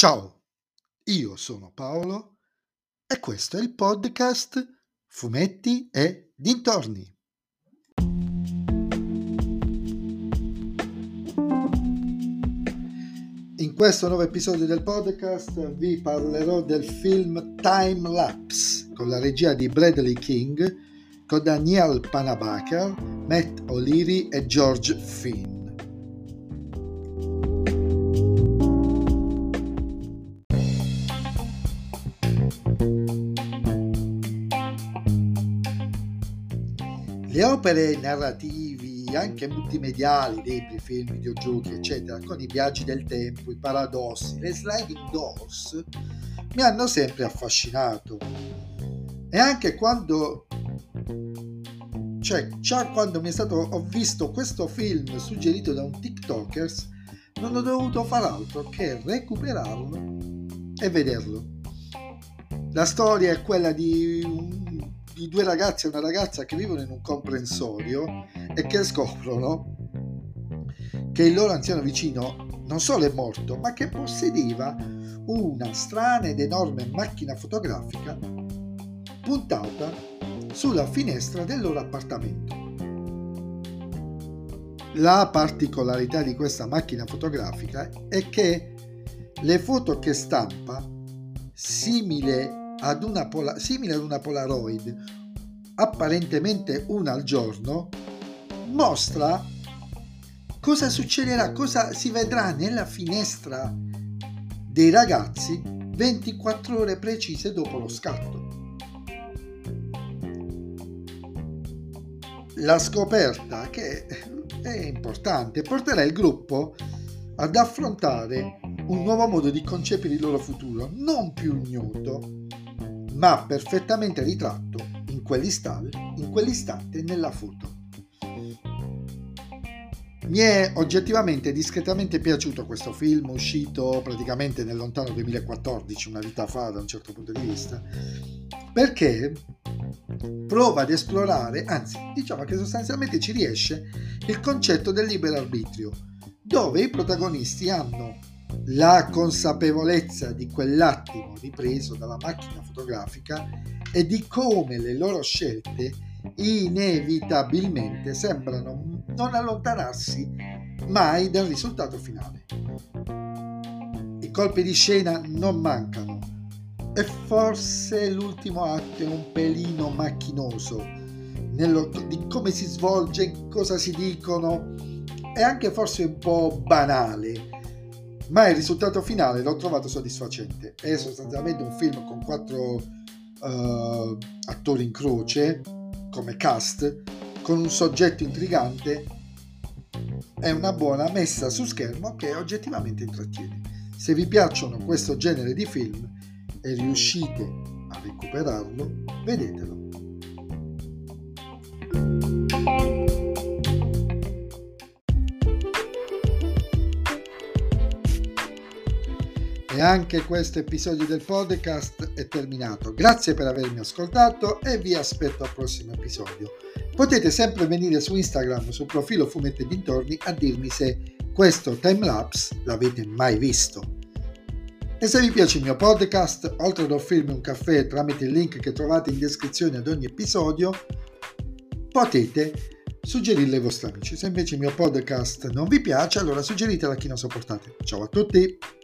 Ciao, io sono Paolo e questo è il podcast Fumetti e Dintorni. In questo nuovo episodio del podcast vi parlerò del film Time Lapse con la regia di Bradley King, con Danielle Panabaker, Matt O'Leary e George Finn. Le opere narrativi, anche multimediali, libri, film, videogiochi, eccetera, con i viaggi del tempo, i paradossi, le sliding doors, mi hanno sempre affascinato. E anche quando, già quando ho visto questo film suggerito da un TikTokers, non ho dovuto far altro che recuperarlo e vederlo. La storia è quella di due ragazzi e una ragazza che vivono in un comprensorio e che scoprono che il loro anziano vicino non solo è morto, ma che possedeva una strana ed enorme macchina fotografica puntata sulla finestra del loro appartamento. La particolarità di questa macchina fotografica è che le foto che stampa, simile ad una Polaroid, apparentemente una al giorno, mostra cosa succederà, cosa si vedrà nella finestra dei ragazzi 24 ore precise dopo lo scatto. La scoperta, che è importante, porterà il gruppo ad affrontare un nuovo modo di concepire il loro futuro, non più ignoto, ma perfettamente ritratto in quell'istante nella foto. Mi è oggettivamente discretamente piaciuto questo film, uscito praticamente nel lontano 2014, una vita fa da un certo punto di vista, perché prova ad esplorare, anzi diciamo che sostanzialmente ci riesce, il concetto del libero arbitrio, dove i protagonisti hanno la consapevolezza di quell'attimo ripreso dalla macchina fotografica e di come le loro scelte inevitabilmente sembrano non allontanarsi mai dal risultato finale. I colpi di scena non mancano e forse l'ultimo atto è un pelino macchinoso di come si svolge, cosa si dicono, e anche forse un po' banale, ma il risultato finale l'ho trovato soddisfacente. È sostanzialmente un film con 4 attori in croce come cast, con un soggetto intrigante e una buona messa su schermo che oggettivamente intrattiene. Se vi piacciono questo genere di film e riuscite a recuperarlo, vedetelo. E anche questo episodio del podcast è terminato. Grazie per avermi ascoltato e vi aspetto al prossimo episodio. Potete sempre venire su Instagram, sul profilo Fumetti e Dintorni, a dirmi se questo timelapse l'avete mai visto. E se vi piace il mio podcast, oltre ad offrirmi un caffè tramite il link che trovate in descrizione ad ogni episodio, potete suggerirlo ai vostri amici. Se invece il mio podcast non vi piace, allora suggeritelo a chi non sopportate. Ciao a tutti!